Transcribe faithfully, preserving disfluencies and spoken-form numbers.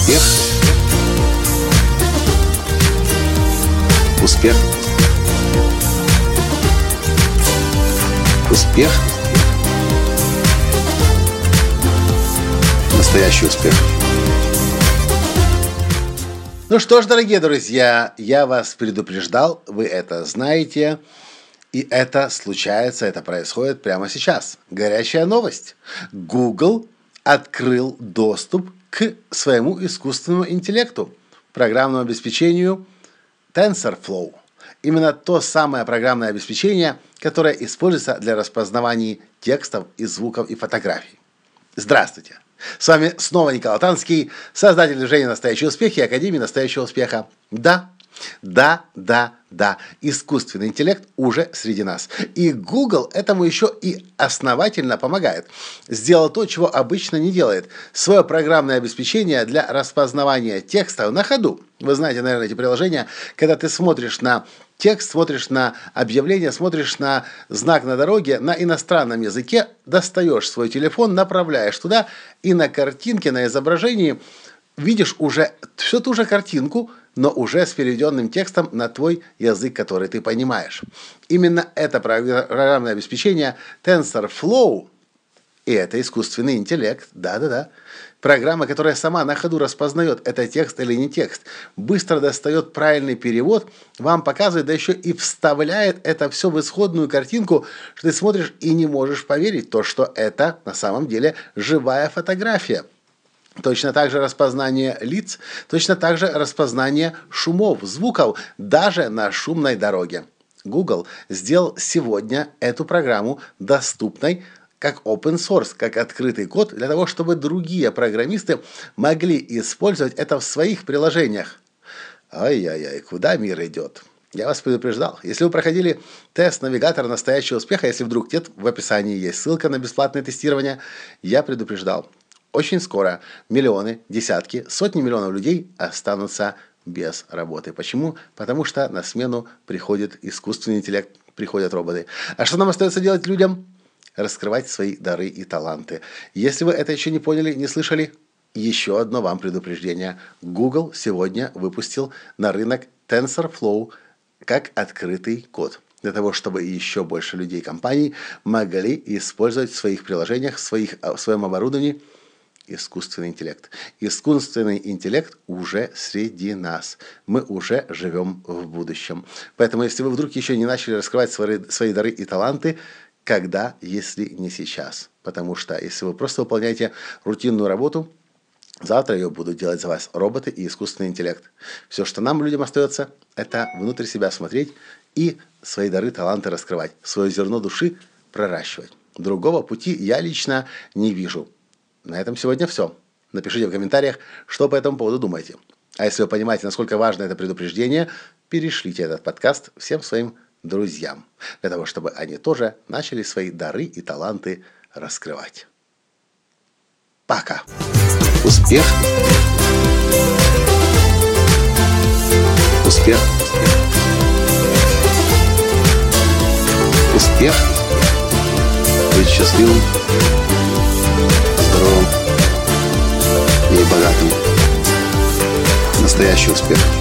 Успех. Успех. Успех. Настоящий успех. Ну что ж, дорогие друзья, я вас предупреждал, вы это знаете, и это случается, это происходит прямо сейчас. Горячая новость. Google открыл доступ к своему искусственному интеллекту, программному обеспечению TensorFlow. Именно то самое программное обеспечение, которое используется для распознавания текстов и звуков и фотографий. Здравствуйте! С вами снова Николай Танский, создатель движения «Настоящий успех» и Академии «Настоящего успеха». Да, да, да, да, искусственный интеллект уже среди нас. И Google этому еще и основательно помогает. Сделал то, чего обычно не делает. Свое программное обеспечение для распознавания текста на ходу. Вы знаете, наверное, эти приложения, когда ты смотришь на текст, смотришь на объявление, смотришь на знак на дороге, на иностранном языке, достаешь свой телефон, направляешь туда, и на картинке, на изображении видишь уже всю ту же картинку, но уже с переведенным текстом на твой язык, который ты понимаешь. Именно это программное обеспечение TensorFlow, и это искусственный интеллект, да-да-да, программа, которая сама на ходу распознает, это текст или не текст, быстро достает правильный перевод, вам показывает, да еще и вставляет это все в исходную картинку, что ты смотришь и не можешь поверить, то, что это на самом деле живая фотография. Точно так же распознание лиц, точно так же распознание шумов, звуков, даже на шумной дороге. Google сделал сегодня эту программу доступной как open source, как открытый код, для того, чтобы другие программисты могли использовать это в своих приложениях. Ай-яй-яй, куда мир идет? Я вас предупреждал. Если вы проходили тест навигатора «Настоящего успеха», если вдруг нет, в описании есть ссылка на бесплатное тестирование, я предупреждал. Очень скоро миллионы, десятки, сотни миллионов людей останутся без работы. Почему? Потому что на смену приходит искусственный интеллект, приходят роботы. А что нам остается делать людям? Раскрывать свои дары и таланты. Если вы это еще не поняли, не слышали, еще одно вам предупреждение. Google сегодня выпустил на рынок TensorFlow как открытый код, для того, чтобы еще больше людей, компаний могли использовать в своих приложениях, в, своих, в своем оборудовании искусственный интеллект. Искусственный интеллект уже среди нас. Мы уже живем в будущем. Поэтому, если вы вдруг еще не начали раскрывать свои, свои дары и таланты, когда, если не сейчас? Потому что, если вы просто выполняете рутинную работу, завтра ее будут делать за вас роботы и искусственный интеллект. Все, что нам, людям, остается, это внутрь себя смотреть и свои дары, таланты раскрывать, свое зерно души проращивать. Другого пути я лично не вижу. На этом сегодня все. Напишите в комментариях, что по этому поводу думаете. А если вы понимаете, насколько важно это предупреждение, перешлите этот подкаст всем своим друзьям, для того, чтобы они тоже начали свои дары и таланты раскрывать. Пока! Успех! Успех! Успех! Быть счастливым, здоровым и богатым. Настоящий успех.